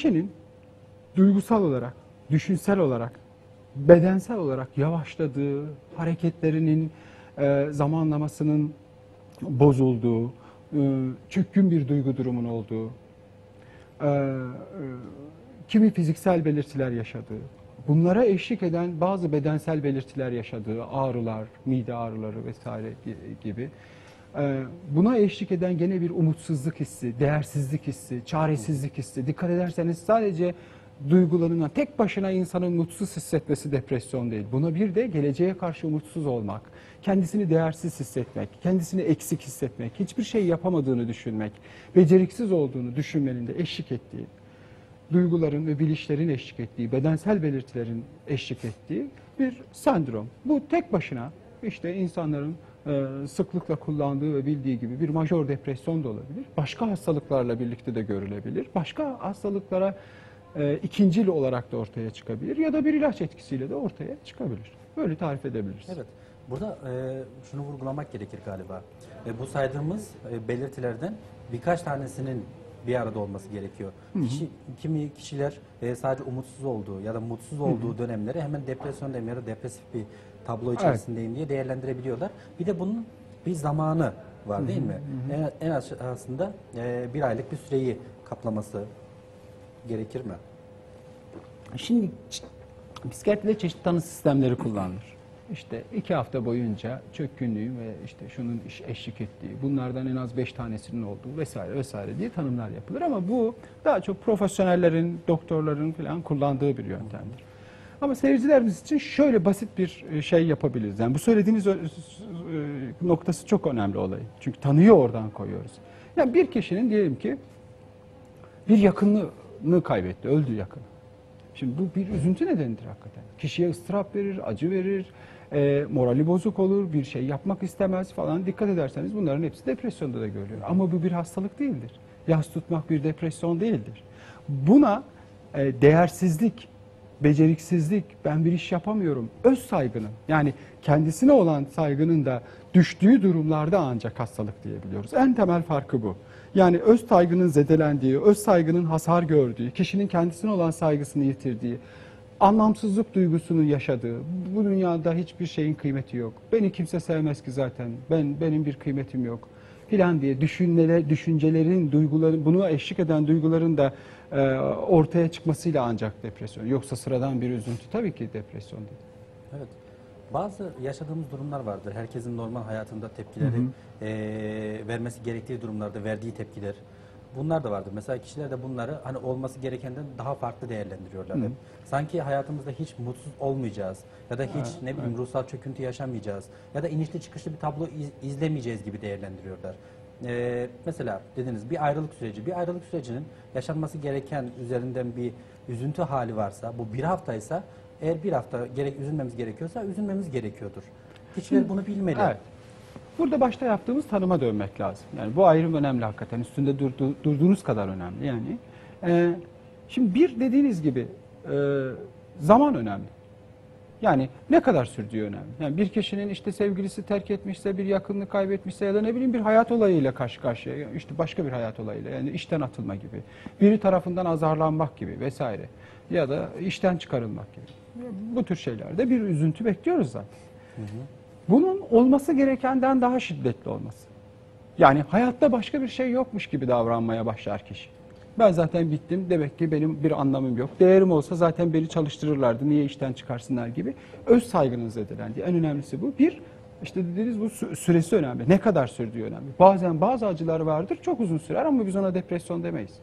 kişinin duygusal olarak, düşünsel olarak, bedensel olarak yavaşladığı, hareketlerinin zamanlamasının bozulduğu, çökkün bir duygu durumun olduğu, kimi fiziksel belirtiler yaşadığı, bunlara eşlik eden bazı bedensel belirtiler yaşadığı, ağrılar, mide ağrıları vesaire gibi. Buna eşlik eden gene bir umutsuzluk hissi, değersizlik hissi, çaresizlik hissi. Dikkat ederseniz sadece duygularından tek başına insanın mutsuz hissetmesi depresyon değil. Buna bir de geleceğe karşı umutsuz olmak, kendisini değersiz hissetmek, kendisini eksik hissetmek, hiçbir şey yapamadığını düşünmek, beceriksiz olduğunu düşünmenin de eşlik ettiği, duyguların ve bilişlerin eşlik ettiği, bedensel belirtilerin eşlik ettiği bir sendrom. Bu tek başına işte insanların sıklıkla kullandığı ve bildiği gibi bir majör depresyon da olabilir. Başka hastalıklarla birlikte de görülebilir. Başka hastalıklara ikincil olarak da ortaya çıkabilir ya da bir ilaç etkisiyle de ortaya çıkabilir. Böyle tarif edebiliriz. Evet. Burada şunu vurgulamak gerekir galiba. Bu saydığımız belirtilerden birkaç tanesinin bir arada olması gerekiyor. Kimi kişiler sadece umutsuz olduğu ya da mutsuz olduğu dönemleri hemen depresyon ya da depresif bir tablo içerisindeyim diye değerlendirebiliyorlar. Bir de bunun bir zamanı var değil mi? En aslında bir aylık bir süreyi kaplaması gerekir mi? Şimdi psikiyatride çeşitli tanı sistemleri kullanılır. İşte 2 hafta boyunca çökkünlüğün ve işte şunun eşlik ettiği, bunlardan en az 5 tanesinin olduğu vesaire vesaire diye tanımlar yapılır. Ama bu daha çok profesyonellerin, doktorların falan kullandığı bir yöntemdir. Ama seyircilerimiz için şöyle basit bir şey yapabiliriz. Yani bu söylediğiniz noktası çok önemli olayı. Çünkü tanıyı oradan koyuyoruz. Yani bir kişinin diyelim ki bir yakınını kaybetti, öldü yakını. Şimdi bu bir üzüntü nedenidir hakikaten. Kişiye ıstırap verir, acı verir, morali bozuk olur, bir şey yapmak istemez falan. Dikkat ederseniz bunların hepsi depresyonda da görülüyor. Ama bu bir hastalık değildir. Yas tutmak bir depresyon değildir. Buna değersizlik, beceriksizlik, ben bir iş yapamıyorum, öz saygının yani kendisine olan saygının da düştüğü durumlarda ancak hastalık diyebiliyoruz. En temel farkı bu. Yani öz saygının zedelendiği, öz saygının hasar gördüğü, kişinin kendisine olan saygısını yitirdiği, anlamsızlık duygusunu yaşadığı, bu dünyada hiçbir şeyin kıymeti yok. Beni kimse sevmez ki zaten, benim bir kıymetim yok filan diye düşüncelerin, duyguların, bunu eşlik eden duyguların da ortaya çıkmasıyla ancak depresyon. Yoksa sıradan bir üzüntü tabii ki depresyon değil. Evet. Bazı yaşadığımız durumlar vardır. Herkesin normal hayatında tepkileri vermesi gerektiği durumlarda verdiği tepkiler. Bunlar da vardır. Mesela kişiler de bunları hani olması gerekenden daha farklı değerlendiriyorlar. Hep. Sanki hayatımızda hiç mutsuz olmayacağız ya da hiç ne bileyim ruhsal çöküntü yaşamayacağız ya da inişli çıkışlı bir tablo izlemeyeceğiz gibi değerlendiriyorlar. Mesela dediniz bir ayrılık süreci. Bir ayrılık sürecinin yaşanması gereken üzerinden bir üzüntü hali varsa, bu bir haftaysa eğer bir hafta üzülmemiz gerekiyorsa üzülmemiz gerekiyordur. Kişiler bunu bilmeli. Evet. Burada başta yaptığımız tanıma dönmek lazım. Yani bu ayrım önemli hakikaten. Üstünde durduğunuz kadar önemli. Yani şimdi bir dediğiniz gibi zaman önemli. Yani ne kadar sürdüğü önemli. Yani bir kişinin işte sevgilisi terk etmişse, bir yakınını kaybetmişse ya da ne bileyim bir hayat olayıyla karşı karşıya, işte başka bir hayat olayıyla, yani işten atılma gibi, biri tarafından azarlanmak gibi vesaire ya da işten çıkarılmak gibi. Bu tür şeylerde bir üzüntü bekliyoruz zaten. Bunun olması gerekenden daha şiddetli olması. Yani hayatta başka bir şey yokmuş gibi davranmaya başlar kişi. Ben zaten bittim, demek ki benim bir anlamım yok. Değerim olsa zaten beni çalıştırırlardı, niye işten çıkarsınlar gibi. Öz saygının zedelendiği, en önemlisi bu. Bir, işte dediğiniz bu süresi önemli. Ne kadar sürdüğü önemli. Bazen bazı acılar vardır, çok uzun sürer ama biz ona depresyon demeyiz.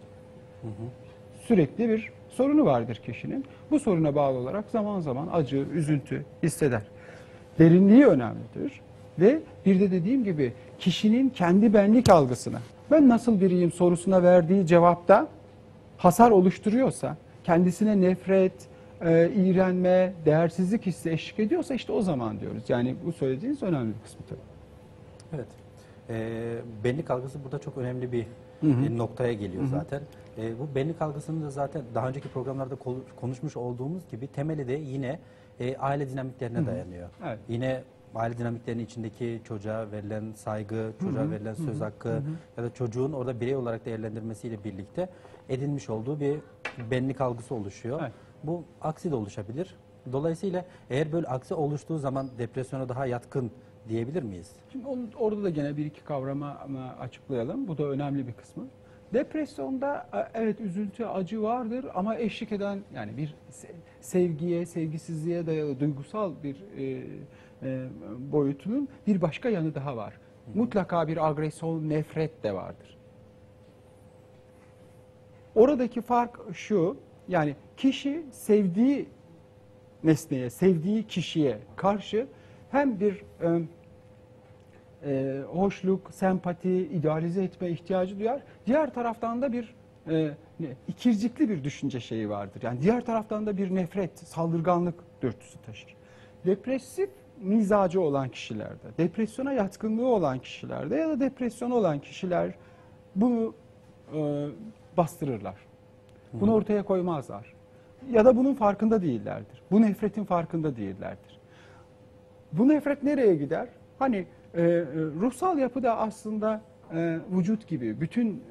Sürekli bir sorunu vardır kişinin. Bu soruna bağlı olarak zaman zaman acı, üzüntü hisseder. Derinliği önemlidir ve bir de dediğim gibi kişinin kendi benlik algısına, ben nasıl biriyim sorusuna verdiği cevapta hasar oluşturuyorsa, kendisine nefret, iğrenme, değersizlik hissi eşlik ediyorsa işte o zaman diyoruz. Yani bu söylediğiniz önemli bir kısmı tabii. Evet. Benlik algısı burada çok önemli bir noktaya geliyor zaten. Bu benlik algısını da zaten daha önceki programlarda konuşmuş olduğumuz gibi temeli de yine aile dinamiklerine dayanıyor. Evet. Yine aile dinamiklerinin içindeki çocuğa verilen saygı, çocuğa verilen söz hakkı ya da çocuğun orada birey olarak değerlendirmesiyle birlikte edinmiş olduğu bir benlik algısı oluşuyor. Evet. Bu aksi de oluşabilir. Dolayısıyla eğer böyle aksi oluştuğu zaman depresyona daha yatkın diyebilir miyiz? Şimdi orada da gene bir iki kavrama açıklayalım. Bu da önemli bir kısmı. Depresyonda evet üzüntü, acı vardır ama eşlik eden yani bir sevgiye, sevgisizliğe dayalı duygusal bir boyutunun bir başka yanı daha var. Mutlaka bir agresyon, nefret de vardır. Oradaki fark şu, yani kişi sevdiği nesneye, sevdiği kişiye karşı hem bir hoşluk, sempati, idealize etme ihtiyacı duyar. Diğer taraftan da bir ikircikli bir düşünce şeyi vardır. Yani diğer taraftan da bir nefret, saldırganlık dürtüsü taşır. Depresif mizacı olan kişilerde, depresyona yatkınlığı olan kişilerde ya da depresyonu olan kişiler bunu bastırırlar. Bunu ortaya koymazlar. Ya da bunun farkında değillerdir. Bu nefretin farkında değillerdir. Bu nefret nereye gider? Hani ruhsal yapıda aslında vücut gibi, bütün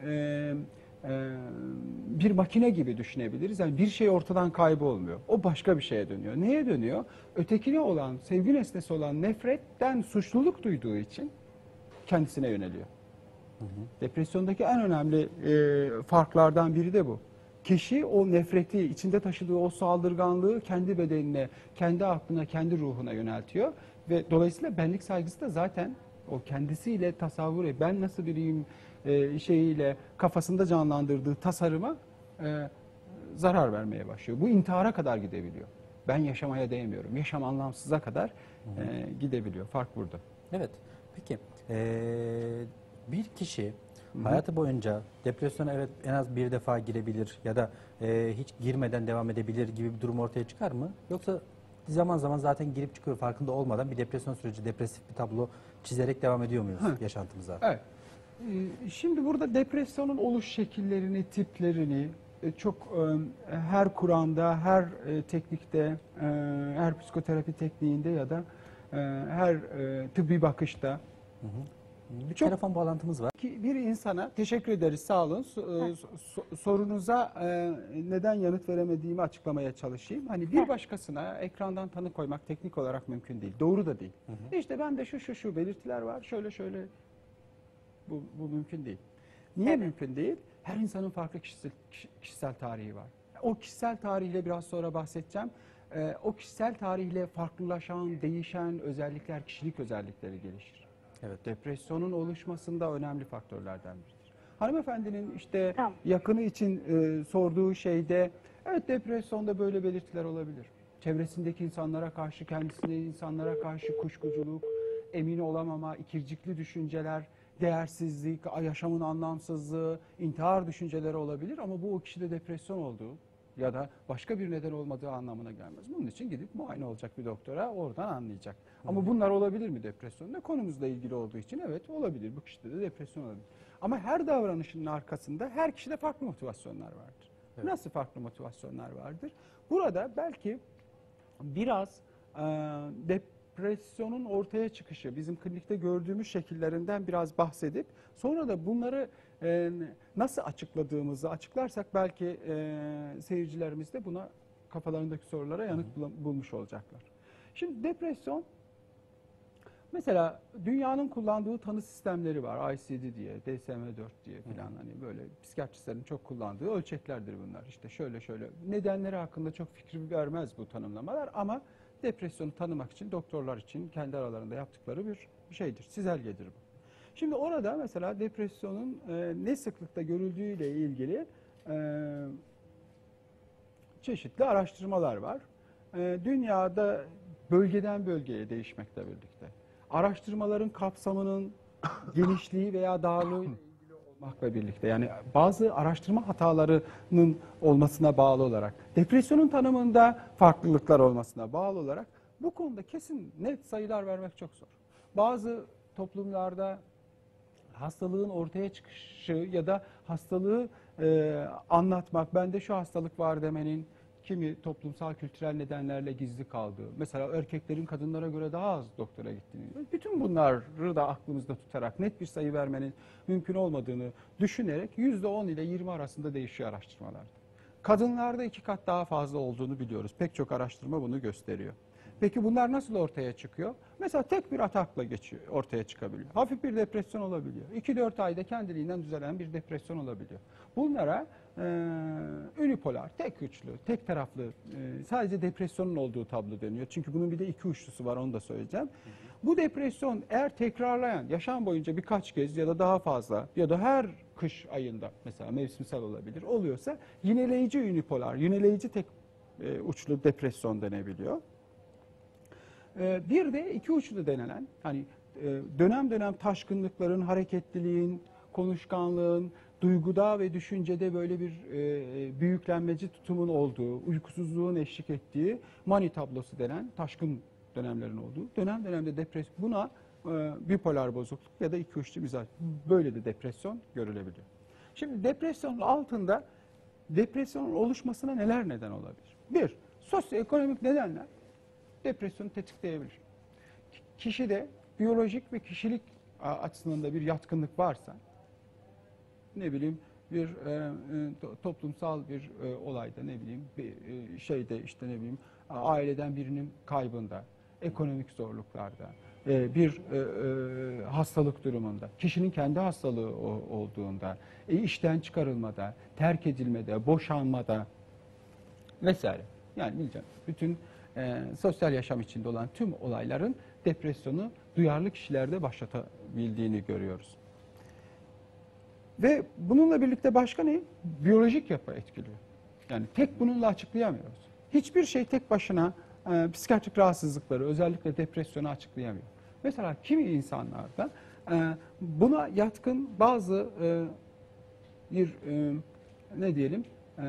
bir makine gibi düşünebiliriz. Yani bir şey ortadan kaybolmuyor. O başka bir şeye dönüyor. Neye dönüyor? Ötekine olan, sevgi nesnesi olan nefretten suçluluk duyduğu için kendisine yöneliyor. Depresyondaki en önemli farklardan biri de bu. Kişi o nefreti, içinde taşıdığı o saldırganlığı kendi bedenine, kendi aklına, kendi ruhuna yöneltiyor. Ve dolayısıyla benlik saygısı da zaten o kendisiyle tasavvur, ben nasıl biriyim şeyiyle kafasında canlandırdığı tasarıma zarar vermeye başlıyor. Bu intihara kadar gidebiliyor. Ben yaşamaya değmiyorum. Yaşam anlamsıza kadar gidebiliyor. Fark burada. Evet. Peki bir kişi hayatı boyunca depresyona evet en az bir defa girebilir ya da hiç girmeden devam edebilir gibi bir durum ortaya çıkar mı? Yoksa zaman zaman zaten girip çıkıyor farkında olmadan bir depresyon süreci, depresif bir tablo çizerek devam ediyor muyuz yaşantımıza? Evet. Şimdi burada depresyonun oluş şekillerini, tiplerini çok her Kur'an'da, her teknikte, her psikoterapi tekniğinde ya da her tıbbi bakışta Bir çok telefon bağlantımız var. bir insana teşekkür ederiz, sağ olun. Sorunuza neden yanıt veremediğimi açıklamaya çalışayım. Hani bir başkasına ekrandan tanı koymak teknik olarak mümkün değil. Doğru da değil. İşte bende şu belirtiler var. Şöyle bu mümkün değil. Niye mümkün değil? Her insanın farklı kişisel tarihi var. O kişisel tarihle biraz sonra bahsedeceğim. O kişisel tarihle farklılaşan, değişen özellikler, kişilik özellikleri gelişir. Evet. Depresyonun oluşmasında önemli faktörlerden biridir. Hanımefendinin işte Tamam. yakını için sorduğu şeyde, evet depresyonda böyle belirtiler olabilir. Çevresindeki insanlara karşı, kendisine insanlara karşı kuşkuculuk, emin olamama, ikircikli düşünceler, değersizlik, yaşamın anlamsızlığı, intihar düşünceleri olabilir ama bu o kişide depresyon olduğu ya da başka bir neden olmadığı anlamına gelmez. Bunun için gidip muayene olacak bir doktora, oradan anlayacak. Ama bunlar olabilir mi depresyonda? Konumuzla ilgili olduğu için evet olabilir. Bu kişide de depresyon olabilir. Ama her davranışın arkasında her kişide farklı motivasyonlar vardır. Evet. Nasıl farklı motivasyonlar vardır? Burada belki biraz depresyonun ortaya çıkışı, bizim klinikte gördüğümüz şekillerinden biraz bahsedip sonra da bunları nasıl açıkladığımızı açıklarsak belki seyircilerimiz de buna kafalarındaki sorulara yanıt bulmuş olacaklar. Şimdi depresyon, mesela dünyanın kullandığı tanı sistemleri var. ICD diye, DSM-4 diye filan, hani böyle psikiyatristlerin çok kullandığı ölçeklerdir bunlar. İşte şöyle nedenleri hakkında çok fikri vermez bu tanımlamalar ama depresyonu tanımak için doktorlar için kendi aralarında yaptıkları bir şeydir, çizelgedir bu. Şimdi orada mesela depresyonun ne sıklıkta görüldüğüyle ilgili çeşitli araştırmalar var. Dünyada bölgeden bölgeye değişmekle birlikte, araştırmaların kapsamının genişliği veya darlığı ile ilgili olmakla birlikte, yani bazı araştırma hatalarının olmasına bağlı olarak, depresyonun tanımında farklılıklar olmasına bağlı olarak bu konuda kesin net sayılar vermek çok zor. Bazı toplumlarda hastalığın ortaya çıkışı ya da hastalığı anlatmak, bende şu hastalık var demenin kimi toplumsal kültürel nedenlerle gizli kaldığı, mesela erkeklerin kadınlara göre daha az doktora gittiğini, bütün bunları da aklımızda tutarak net bir sayı vermenin mümkün olmadığını düşünerek %10 ile 20 arasında değişiyor araştırmalarda. Kadınlarda 2 kat daha fazla olduğunu biliyoruz. Pek çok araştırma bunu gösteriyor. Peki bunlar nasıl ortaya çıkıyor? Mesela tek bir atakla geçiyor, ortaya çıkabiliyor. Hafif bir depresyon olabiliyor. 2-4 ayda kendiliğinden düzelen bir depresyon olabiliyor. Bunlara unipolar, tek uçlu, tek taraflı, sadece depresyonun olduğu tablo deniyor. Çünkü bunun bir de 2 uçlusu var, onu da söyleyeceğim. Bu depresyon eğer tekrarlayan, yaşam boyunca birkaç kez ya da daha fazla ya da her kış ayında mesela mevsimsel olabilir oluyorsa yineleyici unipolar, yineleyici tek uçlu depresyon denebiliyor. Bir de 2 uçlu denilen hani dönem dönem taşkınlıkların, hareketliliğin, konuşkanlığın, duyguda ve düşüncede böyle bir büyüklenmeci tutumun olduğu, uykusuzluğun eşlik ettiği mani tablosu denen taşkın dönemlerin olduğu, dönem dönemde depresyon, buna bipolar bozukluk ya da 2 uçlu mizaç, böyle de depresyon görülebiliyor. Şimdi depresyonun altında depresyonun oluşmasına neler neden olabilir? Bir, sosyoekonomik nedenler depresyonu tetikleyebilir. Kişide biyolojik ve kişilik açısından da bir yatkınlık varsa, ne bileyim bir toplumsal bir olayda, ne bileyim bir şeyde, işte ne bileyim aileden birinin kaybında, ekonomik zorluklarda, bir hastalık durumunda, kişinin kendi hastalığı olduğunda, işten çıkarılmada, terk edilmede, boşanmada vesaire. Yani bileceğim, bütün sosyal yaşam içinde olan tüm olayların depresyonu duyarlı kişilerde başlatabildiğini görüyoruz. Ve bununla birlikte başka ne? Biyolojik yapı etkiliyor. Yani tek bununla açıklayamıyoruz. Hiçbir şey tek başına psikiyatrik rahatsızlıkları, özellikle depresyonu açıklayamıyor. Mesela kimi insanlarda buna yatkın bazı ne diyelim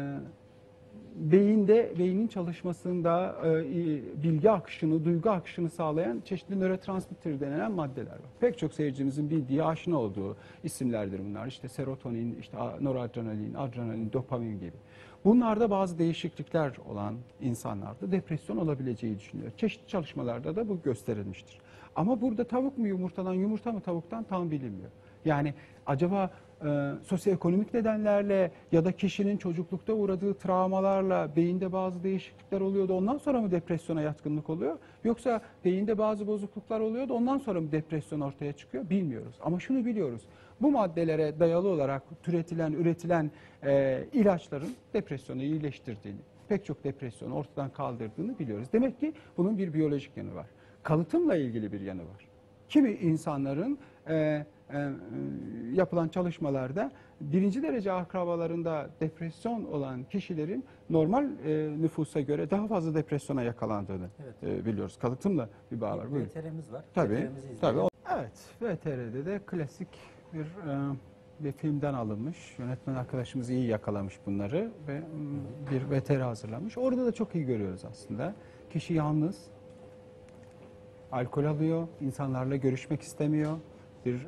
beynin çalışmasında bilgi akışını, duygu akışını sağlayan çeşitli nörotransmitter denilen maddeler var. Pek çok seyircimizin bildiği, aşina olduğu isimlerdir bunlar. İşte serotonin, işte noradrenalin, adrenalin, dopamin gibi. Bunlarda bazı değişiklikler olan insanlarda depresyon olabileceği düşünülüyor. Çeşitli çalışmalarda da bu gösterilmiştir. Ama burada tavuk mu yumurtadan, yumurta mı tavuktan tam bilinmiyor. Yani acaba sosyoekonomik nedenlerle ya da kişinin çocuklukta uğradığı travmalarla beyinde bazı değişiklikler oluyordu, ondan sonra mı depresyona yatkınlık oluyor? Yoksa beyinde bazı bozukluklar oluyordu, ondan sonra mı depresyon ortaya çıkıyor? Bilmiyoruz. Ama şunu biliyoruz, bu maddelere dayalı olarak üretilen ilaçların depresyonu iyileştirdiğini, pek çok depresyonu ortadan kaldırdığını biliyoruz. Demek ki bunun bir biyolojik yanı var. Kalıtımla ilgili bir yanı var. Kimi insanların yapılan çalışmalarda birinci derece akrabalarında depresyon olan kişilerin normal nüfusa göre daha fazla depresyona yakalandığını biliyoruz. Kalıtımla bir bağ var. Bir VTR'miz var. Tabii. Evet, VTR'de de klasik bir filmden alınmış. Yönetmen arkadaşımız iyi yakalamış bunları ve bir VTR hazırlamış. Orada da çok iyi görüyoruz aslında. Kişi yalnız, alkol alıyor, insanlarla görüşmek istemiyor. Bir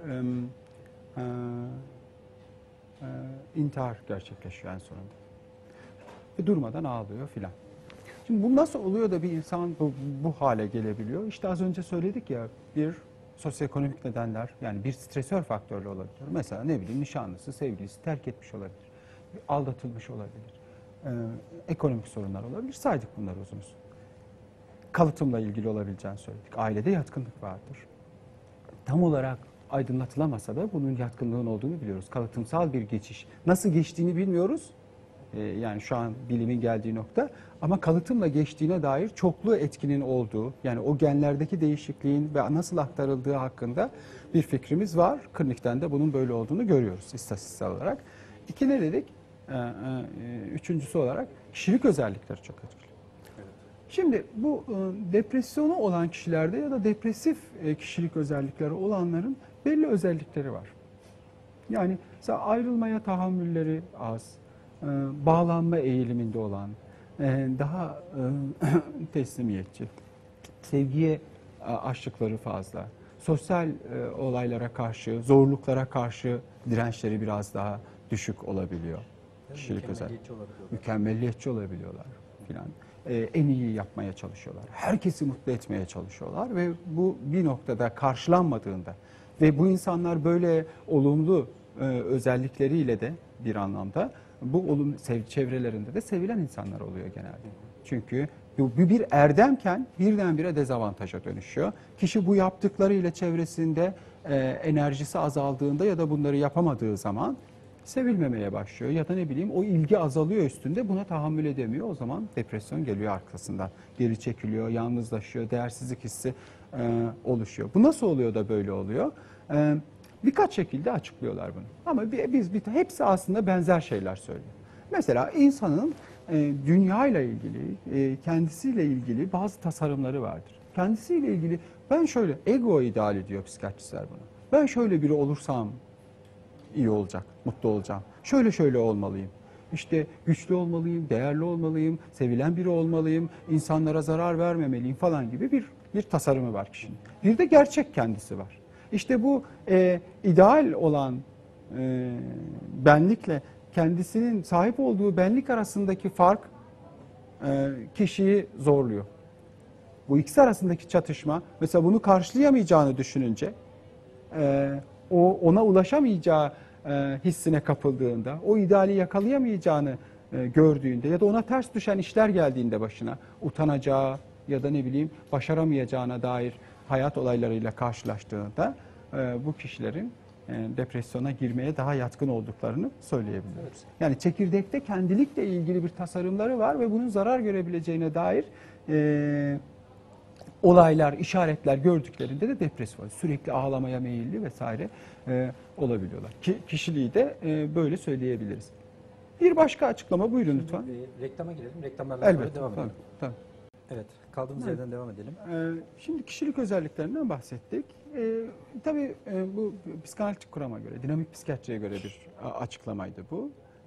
intihar gerçekleşiyor en sonunda. Ve durmadan ağlıyor filan. Şimdi bu nasıl oluyor da bir insan bu hale gelebiliyor? İşte az önce söyledik ya, bir sosyoekonomik nedenler, yani bir stresör faktörlü olabilir. Mesela ne bileyim nişanlısı, sevgilisi terk etmiş olabilir. Aldatılmış olabilir. Ekonomik sorunlar olabilir. Saydık bunları uzun uzun. Kalıtımla ilgili olabileceğini söyledik. Ailede yatkınlık vardır. Tam olarak aydınlatılamasa da bunun yatkınlığın olduğunu biliyoruz. Kalıtımsal bir geçiş. Nasıl geçtiğini bilmiyoruz. Yani şu an bilimin geldiği nokta. Ama kalıtımla geçtiğine dair çoklu etkinin olduğu, yani o genlerdeki değişikliğin ve nasıl aktarıldığı hakkında bir fikrimiz var. Klinikten de bunun böyle olduğunu görüyoruz istatistiksel olarak. İki ne dedik? Üçüncüsü olarak kişilik özellikleri çok etkili. Şimdi bu depresyonu olan kişilerde ya da depresif kişilik özellikleri olanların belli özellikleri var. Yani mesela ayrılmaya tahammülleri az, bağlanma eğiliminde olan, daha teslimiyetçi, sevgiye açlıkları fazla, sosyal olaylara karşı, zorluklara karşı dirençleri biraz daha düşük olabiliyor. Kişilik özellikleri. Mükemmelliyetçi olabiliyorlar filan. En iyi yapmaya çalışıyorlar. Herkesi mutlu etmeye çalışıyorlar ve bu bir noktada karşılanmadığında ve bu insanlar böyle olumlu özellikleriyle de bir anlamda çevrelerinde de sevilen insanlar oluyor genelde. Çünkü bu bir erdemken birdenbire dezavantaja dönüşüyor. Kişi bu yaptıklarıyla çevresinde enerjisi azaldığında ya da bunları yapamadığı zaman sevilmemeye başlıyor. Ya da ne bileyim o ilgi azalıyor üstünde, buna tahammül edemiyor. O zaman depresyon geliyor arkasından. Geri çekiliyor, yalnızlaşıyor, değersizlik hissi oluşuyor. Bu nasıl oluyor da böyle oluyor? Birkaç şekilde açıklıyorlar bunu. Ama hepsi aslında benzer şeyler söylüyor. Mesela insanın dünyayla ilgili, kendisiyle ilgili bazı tasarımları vardır. Kendisiyle ilgili ben şöyle, ego ideal ediyor psikiyatristler bunu. Ben şöyle biri olursam iyi olacak, mutlu olacağım. Şöyle şöyle olmalıyım. İşte güçlü olmalıyım, değerli olmalıyım, sevilen biri olmalıyım, insanlara zarar vermemeliyim falan gibi bir tasarımı var kişinin. Bir de gerçek kendisi var. İşte bu ideal olan benlikle kendisinin sahip olduğu benlik arasındaki fark kişiyi zorluyor. Bu ikisi arasındaki çatışma, mesela bunu karşılayamayacağını düşününce, ona ulaşamayacağı hissine kapıldığında, o ideali yakalayamayacağını gördüğünde ya da ona ters düşen işler geldiğinde başına, utanacağı ya da ne bileyim başaramayacağına dair hayat olaylarıyla karşılaştığında bu kişilerin depresyona girmeye daha yatkın olduklarını söyleyebiliriz. Yani çekirdekte kendilikle ilgili bir tasarımları var ve bunun zarar görebileceğine dair olaylar, işaretler gördüklerinde de depresyon, sürekli ağlamaya meyilli vesaire olabiliyorlar. Kişiliği de böyle söyleyebiliriz. Bir başka açıklama buyurun lütfen. Reklama girelim. Reklamlardan sonra Elbette. devam edelim. Tabii. Evet. Kaldığımız yerden devam edelim. Şimdi kişilik özelliklerinden bahsettik. Tabii bu psikanalitik kurama göre, dinamik psikiyatriye göre bir açıklamaydı bu.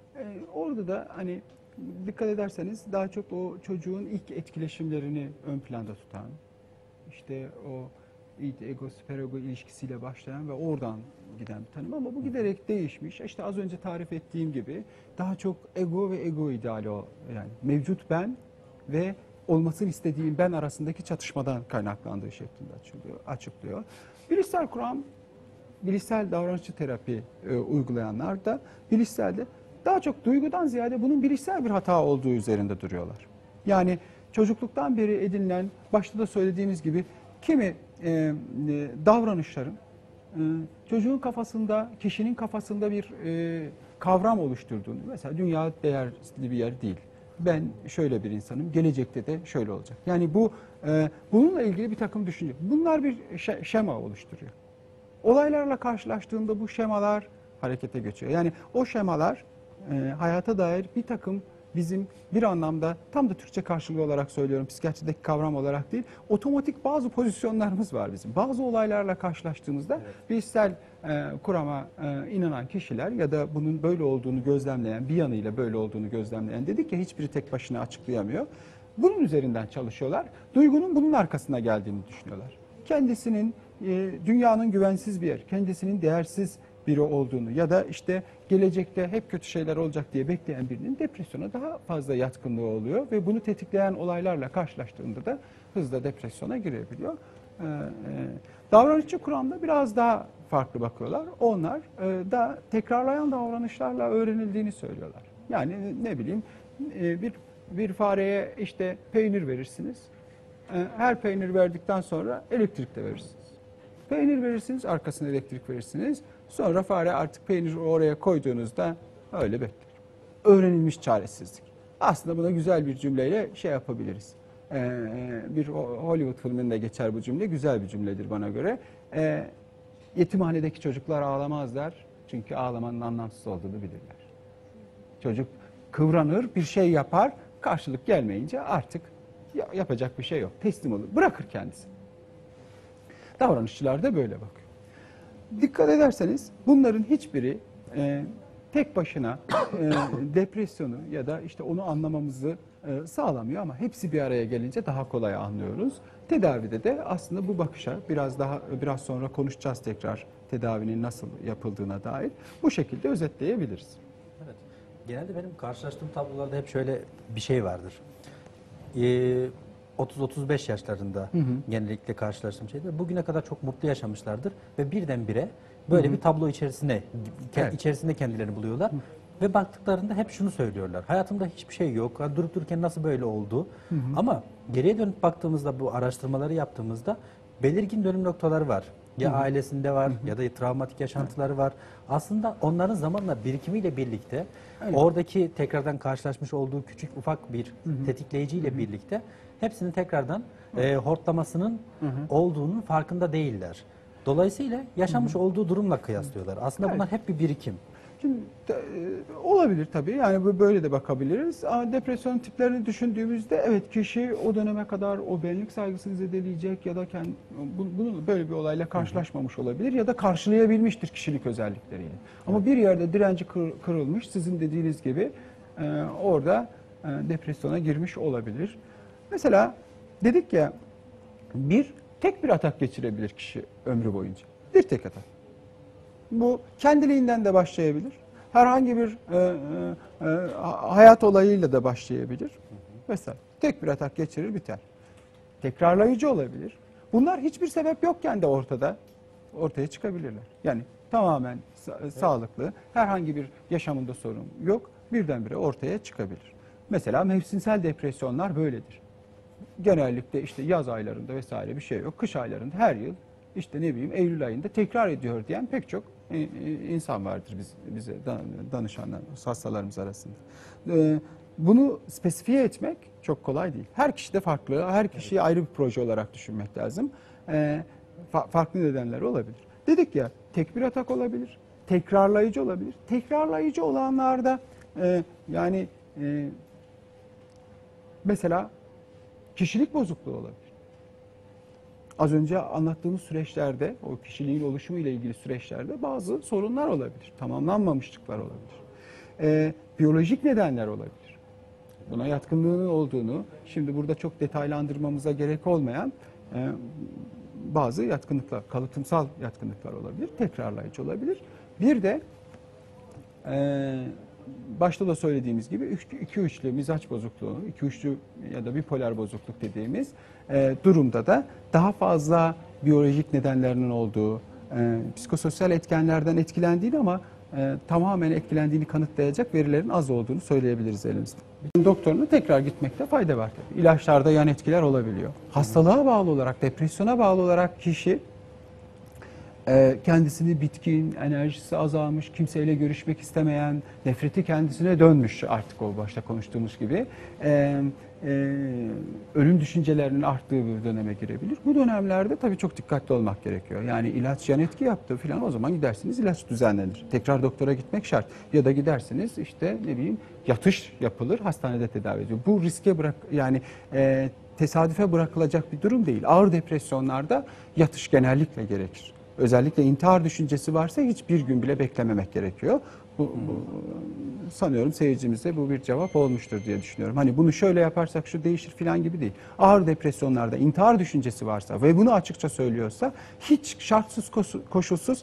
Orada da hani dikkat ederseniz daha çok o çocuğun ilk etkileşimlerini ön planda tutan, işte o ego süperego ilişkisiyle başlayan ve oradan giden bir tanım, ama bu giderek değişmiş. İşte az önce tarif ettiğim gibi daha çok ego ve ego ideali, yani mevcut ben ve olmasını istediğim ben arasındaki çatışmadan kaynaklandığı şeklinde açıklıyor. Bilişsel kuram, bilişsel davranışçı terapi uygulayanlar da bilişselde daha çok duygudan ziyade bunun bilişsel bir hata olduğu üzerinde duruyorlar. Yani çocukluktan beri edinilen, başta da söylediğimiz gibi kimi davranışların çocuğun kafasında, kişinin kafasında bir kavram oluşturduğunu, mesela dünya değerli bir yer değil, ben şöyle bir insanım, gelecekte de şöyle olacak. Yani bununla ilgili bir takım düşünce. Bunlar bir şema oluşturuyor. Olaylarla karşılaştığında bu şemalar harekete geçiyor. Yani o şemalar hayata dair bir takım bizim bir anlamda, tam da Türkçe karşılığı olarak söylüyorum, psikiyatrideki kavram olarak değil, otomatik bazı pozisyonlarımız var bizim. Bazı olaylarla karşılaştığımızda bilişsel kurama inanan kişiler ya da bunun böyle olduğunu gözlemleyen, bir yanıyla böyle olduğunu gözlemleyen, dedik ya hiçbiri tek başına açıklayamıyor. Bunun üzerinden çalışıyorlar. Duygunun bunun arkasına geldiğini düşünüyorlar. Kendisinin dünyanın güvensiz bir yer, kendisinin değersiz biri olduğunu ya da işte gelecekte hep kötü şeyler olacak diye bekleyen birinin depresyona daha fazla yatkınlığı oluyor ve bunu tetikleyen olaylarla karşılaştığında da hızla depresyona girebiliyor. Davranışçı kuramda biraz daha farklı bakıyorlar. Onlar da tekrarlayan davranışlarla öğrenildiğini söylüyorlar. Yani ne bileyim bir fareye işte peynir verirsiniz. Her peynir verdikten sonra elektrik de verirsiniz. Peynir verirsiniz, arkasına elektrik verirsiniz. Sonra fare artık peyniri oraya koyduğunuzda öyle bekler. Öğrenilmiş çaresizlik. Aslında buna güzel bir cümleyle şey yapabiliriz. Bir Hollywood filminde geçer bu cümle. Güzel bir cümledir bana göre. Yetimhanedeki çocuklar ağlamazlar. Çünkü ağlamanın anlamsız olduğunu bilirler. Çocuk kıvranır, bir şey yapar. Karşılık gelmeyince artık yapacak bir şey yok. Teslim olur. Bırakır kendisini. Davranışçılar da böyle bakıyor. Dikkat ederseniz bunların hiçbiri tek başına depresyonu ya da işte onu anlamamızı sağlamıyor, ama hepsi bir araya gelince daha kolay anlıyoruz. Tedavide de aslında bu bakışa biraz sonra konuşacağız tekrar, tedavinin nasıl yapıldığına dair bu şekilde özetleyebiliriz. Evet. Genelde benim karşılaştığım tablolarda hep şöyle bir şey vardır. 30-35 yaşlarında genellikle karşılaştığım şeyler. Bugüne kadar çok mutlu yaşamışlardır ve birdenbire böyle bir tablo içerisinde kendilerini buluyorlar. Ve baktıklarında hep şunu söylüyorlar. Hayatımda hiçbir şey yok. Ha, durup dururken nasıl böyle oldu? Ama geriye dönüp baktığımızda, bu araştırmaları yaptığımızda belirgin dönüm noktaları var. Ya ailesinde var ya da travmatik yaşantıları var. Aslında onların zamanla birikimiyle birlikte oradaki tekrardan karşılaşmış olduğu küçük ufak bir tetikleyiciyle birlikte hepsinin tekrardan hortlamasının olduğunun farkında değiller. Dolayısıyla yaşamış olduğu durumla kıyaslıyorlar. Aslında bunlar hep bir birikim. Şimdi olabilir tabii. Yani böyle de bakabiliriz. Ama depresyon tiplerini düşündüğümüzde evet, kişi o döneme kadar o benlik saygısını zedeleyecek ya da bunu böyle bir olayla karşılaşmamış olabilir ya da karşılayabilmiştir kişilik özellikleriyle. Ama bir yerde direnci kırılmış, sizin dediğiniz gibi orada depresyona girmiş olabilir. Mesela dedik ya, tek bir atak geçirebilir kişi ömrü boyunca. Bir tek atak. Bu kendiliğinden de başlayabilir. Herhangi bir hayat olayıyla da başlayabilir. Mesela tek bir atak geçirir, biter. Tekrarlayıcı olabilir. Bunlar hiçbir sebep yokken de ortaya çıkabilirler. Yani tamamen sağlıklı, herhangi bir yaşamında sorun yok, birdenbire ortaya çıkabilir. Mesela mevsimsel depresyonlar böyledir. Genellikle işte yaz aylarında vesaire bir şey yok. Kış aylarında her yıl işte ne bileyim Eylül ayında tekrar ediyor diyen pek çok insan vardır bize danışanlar, hastalarımız arasında. Bunu spesifiye etmek çok kolay değil. Her kişi de farklı, her kişiyi ayrı bir proje olarak düşünmek lazım. Farklı nedenler olabilir. Dedik ya, tek bir atak olabilir, tekrarlayıcı olabilir. Tekrarlayıcı olanlarda mesela kişilik bozukluğu olabilir. Az önce anlattığımız süreçlerde, o kişiliğin oluşumu ile ilgili süreçlerde bazı sorunlar olabilir. Tamamlanmamışlıklar olabilir. Biyolojik nedenler olabilir. Buna yatkınlığının olduğunu, şimdi burada çok detaylandırmamıza gerek olmayan bazı yatkınlıklar, kalıtımsal yatkınlıklar olabilir, tekrarlayıcı olabilir. Bir de başta da söylediğimiz gibi 2-3'lü mizaç bozukluğu, 2-3'lü ya da bipolar bozukluk dediğimiz durumda da daha fazla biyolojik nedenlerinin olduğu, psikososyal etkenlerden etkilendiğini ama tamamen etkilendiğini kanıtlayacak verilerin az olduğunu söyleyebiliriz elimizde. Doktoruna tekrar gitmekte fayda var tabii. İlaçlarda yan etkiler olabiliyor. Hastalığa bağlı olarak, depresyona bağlı olarak kişi kendisini bitkin, enerjisi azalmış, kimseyle görüşmek istemeyen, nefreti kendisine dönmüş artık, o başta konuştuğumuz gibi. Ölüm düşüncelerinin arttığı bir döneme girebilir. Bu dönemlerde tabii çok dikkatli olmak gerekiyor. Yani ilaç yan etki yaptı falan, o zaman gidersiniz ilaç düzenlenir. Tekrar doktora gitmek şart. Ya da gidersiniz işte ne bileyim yatış yapılır, hastanede tedavi ediyor. Bu riske tesadüfe bırakılacak bir durum değil. Ağır depresyonlarda yatış genellikle gerekir. Özellikle intihar düşüncesi varsa hiçbir gün bile beklememek gerekiyor. Sanıyorum seyircimize bu bir cevap olmuştur diye düşünüyorum. Hani bunu şöyle yaparsak şu değişir falan gibi değil. Ağır depresyonlarda intihar düşüncesi varsa ve bunu açıkça söylüyorsa hiç şartsız koşulsuz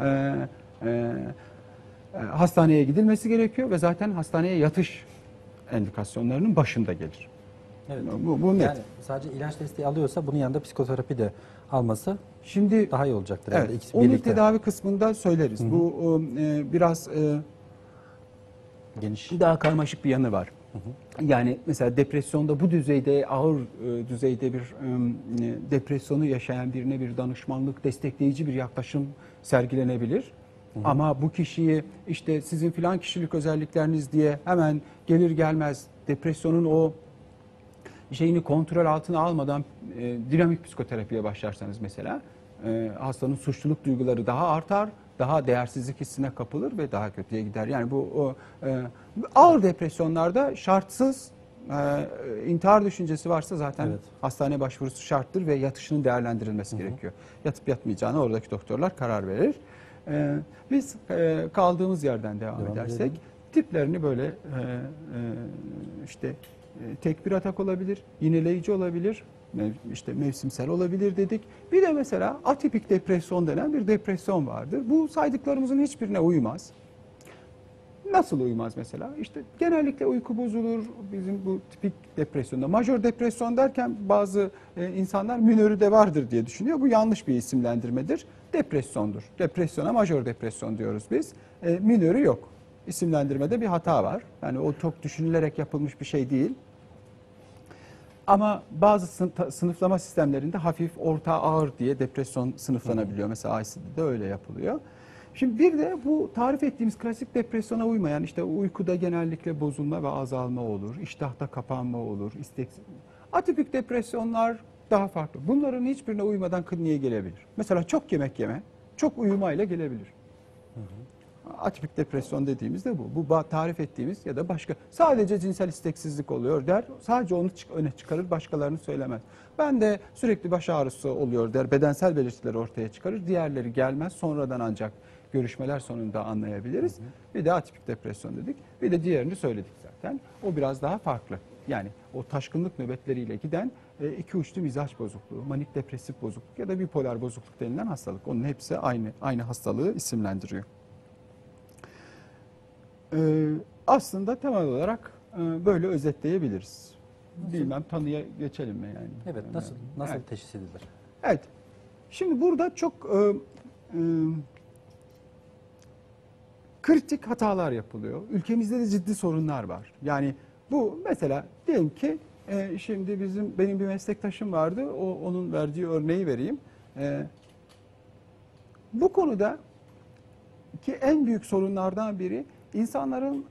hastaneye gidilmesi gerekiyor ve zaten hastaneye yatış endikasyonlarının başında gelir. Evet. Bu net. Yani sadece ilaç desteği alıyorsa bunun yanında psikoterapi de alması Şimdi daha iyi olacaktır. Evet, Yani ikisi onu birlikte. tedavi kısmında söyleriz. Hı hı. Bu biraz Geniş. daha karmaşık bir yanı var. Hı hı. Yani mesela depresyonda bu düzeyde, ağır düzeyde bir depresyonu yaşayan birine bir danışmanlık, destekleyici bir yaklaşım sergilenebilir. Hı hı. Ama bu kişiyi işte sizin filan kişilik özellikleriniz diye hemen gelir gelmez depresyonun o şeyini kontrol altına almadan dinamik psikoterapiye başlarsanız mesela hastanın suçluluk duyguları daha artar, daha değersizlik hissine kapılır ve daha kötüye gider. Yani bu ağır depresyonlarda şartsız intihar düşüncesi varsa zaten Evet. hastane başvurusu şarttır ve yatışının değerlendirilmesi gerekiyor. Yatıp yatmayacağına oradaki doktorlar karar verir. Biz kaldığımız yerden devam edersek edelim. tiplerini böyle işte tek bir atak olabilir, yineleyici olabilir, işte mevsimsel olabilir dedik. Bir de mesela atipik depresyon denen bir depresyon vardır. Bu saydıklarımızın hiçbirine uymaz. Nasıl uymaz mesela? İşte genellikle uyku bozulur bizim bu tipik depresyonda. Majör depresyon derken bazı insanlar minörü de vardır diye düşünüyor. Bu yanlış bir isimlendirmedir. Depresyondur. Depresyona majör depresyon diyoruz biz. Minörü yok. isimlendirmede bir hata var. Yani o çok düşünülerek yapılmış bir şey değil. Ama bazı sınıflama sistemlerinde hafif, orta, ağır diye depresyon sınıflanabiliyor. Mesela ICD'de öyle yapılıyor. Şimdi bir de bu tarif ettiğimiz klasik depresyona uymayan, işte uykuda genellikle bozulma ve azalma olur, iştahta kapanma olur, atipik depresyonlar daha farklı. Bunların hiçbirine uymadan kliniğe gelebilir. Mesela çok yemek yeme, çok uyumayla gelebilir. Atipik depresyon dediğimizde bu. Bu tarif ettiğimiz ya da başka. Sadece cinsel isteksizlik oluyor der. Sadece onu öne çıkarır, başkalarını söylemez. Ben de sürekli baş ağrısı oluyor der. Bedensel belirtileri ortaya çıkarır. Diğerleri gelmez. Sonradan ancak görüşmeler sonunda anlayabiliriz. Bir de atipik depresyon dedik. Bir de diğerini söyledik zaten. O biraz daha farklı. Yani o taşkınlık nöbetleriyle giden iki uçlu mizaç bozukluğu, manik depresif bozukluk ya da bipolar bozukluk denilen hastalık. Onun hepsi aynı hastalığı isimlendiriyor. Aslında temel olarak böyle özetleyebiliriz. Bilmem tanıya geçelim mi yani? Evet, nasıl Evet. teşhis edilir? Evet. Şimdi burada çok kritik hatalar yapılıyor. Ülkemizde de ciddi sorunlar var. Yani bu mesela diyelim ki şimdi benim bir meslektaşım vardı. Onun verdiği örneği vereyim. Bu konuda ki en büyük sorunlardan biri insanların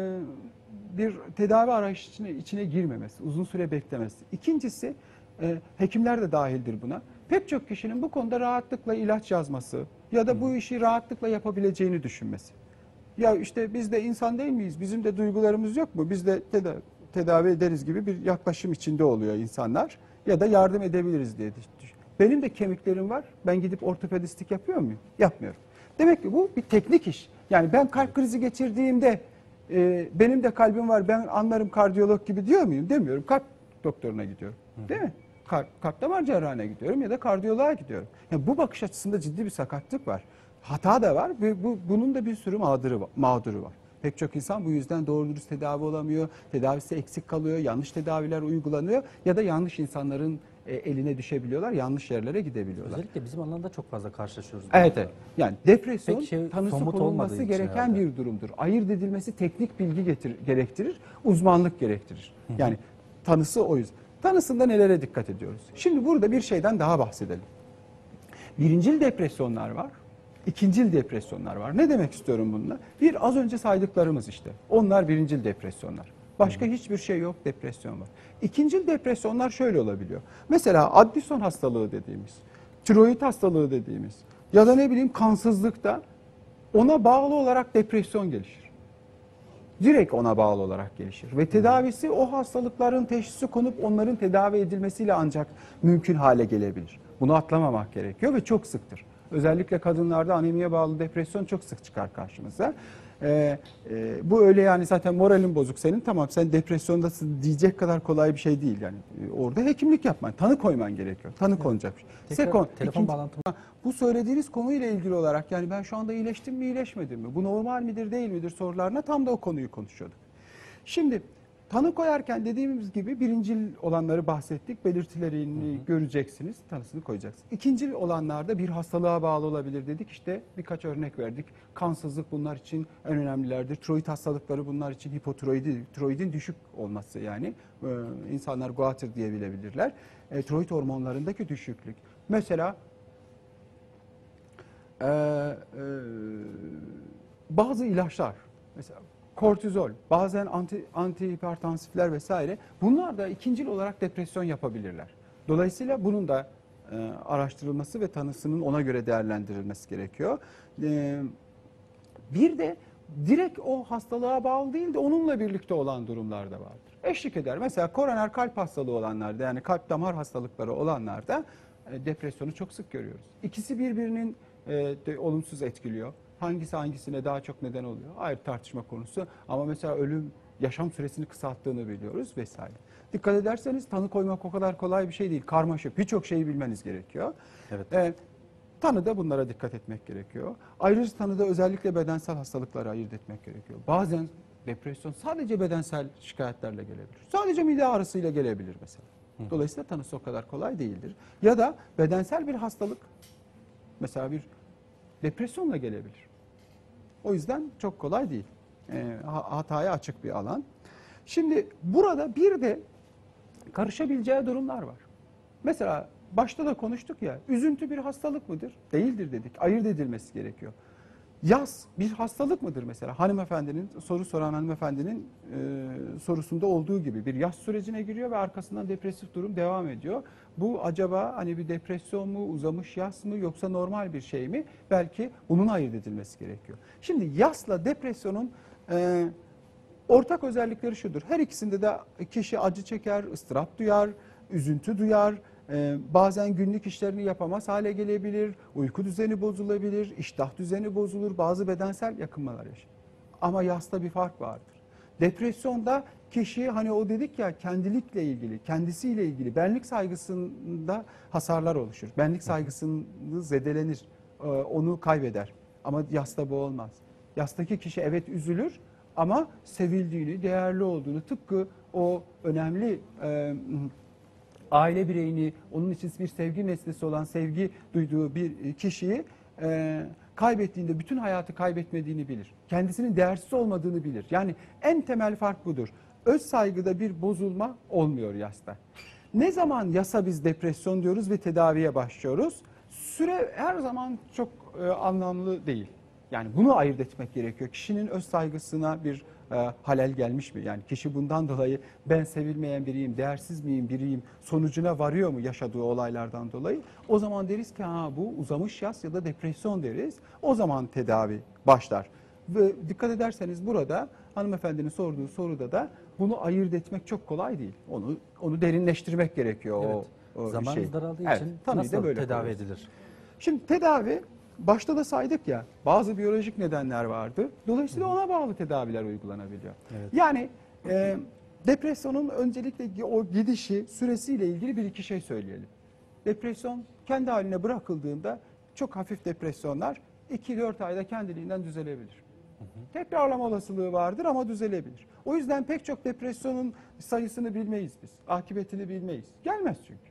bir tedavi arayışı içine girmemesi, uzun süre beklemesi. İkincisi, hekimler de dahildir buna. Pek çok kişinin bu konuda rahatlıkla ilaç yazması ya da bu işi rahatlıkla yapabileceğini düşünmesi. Ya işte biz de insan değil miyiz? Bizim de duygularımız yok mu? Biz de tedavi ederiz gibi bir yaklaşım içinde oluyor insanlar. Ya da yardım edebiliriz diye düşün. Benim de kemiklerim var. Ben gidip ortopedistlik yapıyor muyum? Yapmıyorum. Demek ki bu bir teknik iş. Yani ben kalp krizi geçirdiğimde benim de kalbim var, ben anlarım kardiyolog gibi diyor muyum? Demiyorum. Kalp doktoruna gidiyorum. Değil mi? Kalp damar cerrahına gidiyorum ya da kardiyoloğa gidiyorum. Yani bu bakış açısında ciddi bir sakatlık var. Hata da var ve bunun da bir sürü mağduru var. Pek çok insan bu yüzden doğru dürüst tedavi olamıyor, tedavisi eksik kalıyor, yanlış tedaviler uygulanıyor ya da yanlış insanların eline düşebiliyorlar, yanlış yerlere gidebiliyorlar. Özellikle bizim alanında çok fazla karşılaşıyoruz. Evet, evet. Yani depresyon Pek tanısı somut konulması olmadığı için gereken herhalde. bir durumdur. Ayırt edilmesi teknik bilgi gerektirir, uzmanlık gerektirir. Yani tanısı o yüzden. Tanısında nelere dikkat ediyoruz? Şimdi burada bir şeyden daha bahsedelim. Birincil depresyonlar var, ikincil depresyonlar var. Ne demek istiyorum bununla? Bir, az önce saydıklarımız işte. Onlar birincil depresyonlar. Başka hiçbir şey yok, depresyon var. İkincil depresyonlar şöyle olabiliyor. Mesela Addison hastalığı dediğimiz, tiroid hastalığı dediğimiz ya da ne bileyim kansızlıkta ona bağlı olarak depresyon gelişir. Direkt ona bağlı olarak gelişir. Ve tedavisi o hastalıkların teşhisi konup onların tedavi edilmesiyle ancak mümkün hale gelebilir. Bunu atlamamak gerekiyor ve çok sıktır. Özellikle kadınlarda anemiye bağlı depresyon çok sık çıkar karşımıza. Bu öyle yani zaten moralin bozuk senin, tamam sen depresyondasın diyecek kadar kolay bir şey değil. Yani orada hekimlik yapman, tanı koyman gerekiyor. Tanı konacak bir şey. Telefon bağlantı. Bu söylediğiniz konuyla ilgili olarak yani ben şu anda iyileştim mi iyileşmedim mi? Bu normal midir değil midir sorularına tam da o konuyu konuşuyorduk. Şimdi tanı koyarken dediğimiz gibi birincil olanları bahsettik. Belirtilerini göreceksiniz, tanısını koyacaksınız. İkincil olanlarda bir hastalığa bağlı olabilir dedik. İşte birkaç örnek verdik. Kansızlık bunlar için en önemlilerdir. Tiroid hastalıkları bunlar için tiroidin düşük olması yani. İnsanlar guatr diyebilirler. Tiroid hormonlarındaki düşüklük. Mesela bazı ilaçlar, mesela kortizol, bazen antihipertansifler vesaire, bunlar da ikincil olarak depresyon yapabilirler. Dolayısıyla bunun da araştırılması ve tanısının ona göre değerlendirilmesi gerekiyor. Bir de direkt o hastalığa bağlı değil de onunla birlikte olan durumlar da vardır. Eşlik eder. Mesela koroner kalp hastalığı olanlarda, yani kalp damar hastalıkları olanlarda depresyonu çok sık görüyoruz. İkisi birbirinin olumsuz etkiliyor. Hangisi hangisine daha çok neden oluyor? Ayrı tartışma konusu. Ama mesela ölüm yaşam süresini kısalttığını biliyoruz vesaire. Dikkat ederseniz tanı koymak o kadar kolay bir şey değil. Karmaşık. Birçok şeyi bilmeniz gerekiyor. Evet. Tanıda bunlara dikkat etmek gerekiyor. Ayrıca tanıda özellikle bedensel hastalıkları ayırt etmek gerekiyor. Bazen depresyon sadece bedensel şikayetlerle gelebilir. Sadece mide ağrısıyla gelebilir mesela. Dolayısıyla tanısı o kadar kolay değildir. Ya da bedensel bir hastalık, mesela bir depresyonla gelebilir. O yüzden çok kolay değil. hataya açık bir alan. Şimdi burada bir de karışabileceği durumlar var. Mesela başta da konuştuk ya, üzüntü bir hastalık mıdır? Değildir dedik. Ayırt edilmesi gerekiyor. Yas bir hastalık mıdır mesela? Hanımefendinin, soru soran hanımefendinin sorusunda olduğu gibi bir yas sürecine giriyor ve arkasından depresif durum devam ediyor. Bu acaba hani bir depresyon mu, uzamış yas mı, yoksa normal bir şey mi? Belki bunun ayırt edilmesi gerekiyor. Şimdi yasla depresyonun ortak özellikleri şudur. Her ikisinde de kişi acı çeker, ıstırap duyar, üzüntü duyar. Bazen günlük işlerini yapamaz hale gelebilir, uyku düzeni bozulabilir, iştah düzeni bozulur, bazı bedensel yakınmalar yaşar. Ama yasta bir fark vardır. Depresyonda kişi hani o dedik ya, kendilikle ilgili, kendisiyle ilgili, benlik saygısında hasarlar oluşur. Benlik saygısını zedelenir, onu kaybeder. Ama yasta bu olmaz. Yastaki kişi evet üzülür ama sevildiğini, değerli olduğunu, tıpkı o önemli aile bireyini, onun için bir sevgi nesnesi olan, sevgi duyduğu bir kişiyi kaybettiğinde bütün hayatı kaybetmediğini bilir. Kendisinin değersiz olmadığını bilir. Yani en temel fark budur. Öz saygıda bir bozulma olmuyor yasta. Ne zaman yasa biz depresyon diyoruz ve tedaviye başlıyoruz? Süre her zaman çok anlamlı değil. Yani bunu ayırt etmek gerekiyor. Kişinin öz saygısına bir halel gelmiş mi? Yani kişi bundan dolayı ben sevilmeyen biriyim, değersiz miyim biriyim sonucuna varıyor mu yaşadığı olaylardan dolayı? O zaman deriz ki ha, bu uzamış yas ya da depresyon deriz. O zaman tedavi başlar. Ve dikkat ederseniz burada hanımefendinin sorduğu soruda da bunu ayırt etmek çok kolay değil. Onu derinleştirmek gerekiyor. Evet. O Zamanımız şey. daraldığı Evet, için tabii de nasıl böyle tedavi koyuyoruz. edilir? Şimdi tedavi, başta da saydık ya, bazı biyolojik nedenler vardı. Dolayısıyla ona bağlı tedaviler uygulanabiliyor. Evet. Yani depresyonun öncelikle o gidişi, süresiyle ilgili bir iki şey söyleyelim. Depresyon kendi haline bırakıldığında çok hafif depresyonlar 2-4 ayda kendiliğinden düzelebilir. Tekrarlama olasılığı vardır ama düzelebilir. O yüzden pek çok depresyonun sayısını bilmeyiz biz. Akıbetini bilmeyiz. Gelmez çünkü.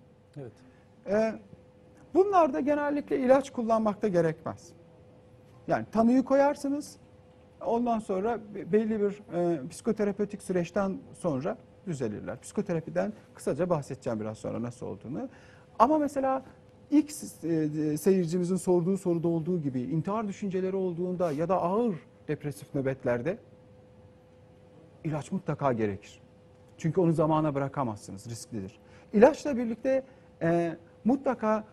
Evet. Bunlarda genellikle ilaç kullanmakta gerekmez. Yani tanıyı koyarsınız, ondan sonra belli bir psikoterapötik süreçten sonra düzelirler. Psikoterapiden kısaca bahsedeceğim biraz sonra nasıl olduğunu. Ama mesela ilk seyircimizin sorduğu soruda olduğu gibi intihar düşünceleri olduğunda ya da ağır depresif nöbetlerde ilaç mutlaka gerekir. Çünkü onu zamana bırakamazsınız, risklidir. İlaçla birlikte mutlaka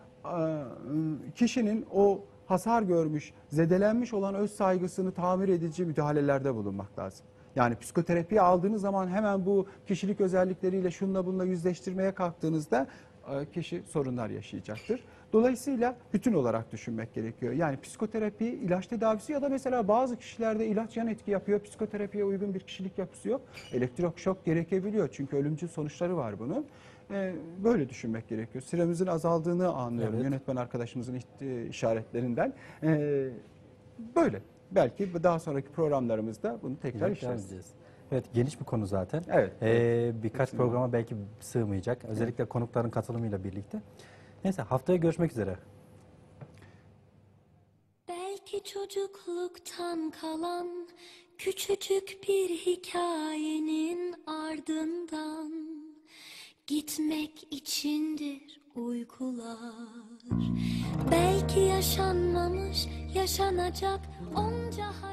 kişinin o hasar görmüş, zedelenmiş olan öz saygısını tamir edici müdahalelerde bulunmak lazım. Yani psikoterapiyi aldığınız zaman hemen bu kişilik özellikleriyle şunla bununla yüzleştirmeye kalktığınızda kişi sorunlar yaşayacaktır. Dolayısıyla bütün olarak düşünmek gerekiyor. Yani psikoterapi, ilaç tedavisi ya da mesela bazı kişilerde ilaç yan etki yapıyor. Psikoterapiye uygun bir kişilik yapısı yok. Elektroşok gerekebiliyor çünkü ölümcül sonuçları var bunun. Böyle düşünmek gerekiyor. Süremizin azaldığını anlıyorum yönetmen arkadaşımızın işaretlerinden. Böyle. Belki daha sonraki programlarımızda bunu tekrar işleriz. Evet, geniş bir konu zaten. Evet. Birkaç programa belki sığmayacak. Özellikle konukların katılımıyla birlikte. Neyse, haftaya görüşmek üzere. Belki çocukluktan kalan küçücük bir hikayenin ardından gitmek içindir uykular. Belki yaşanmamış, yaşanacak onca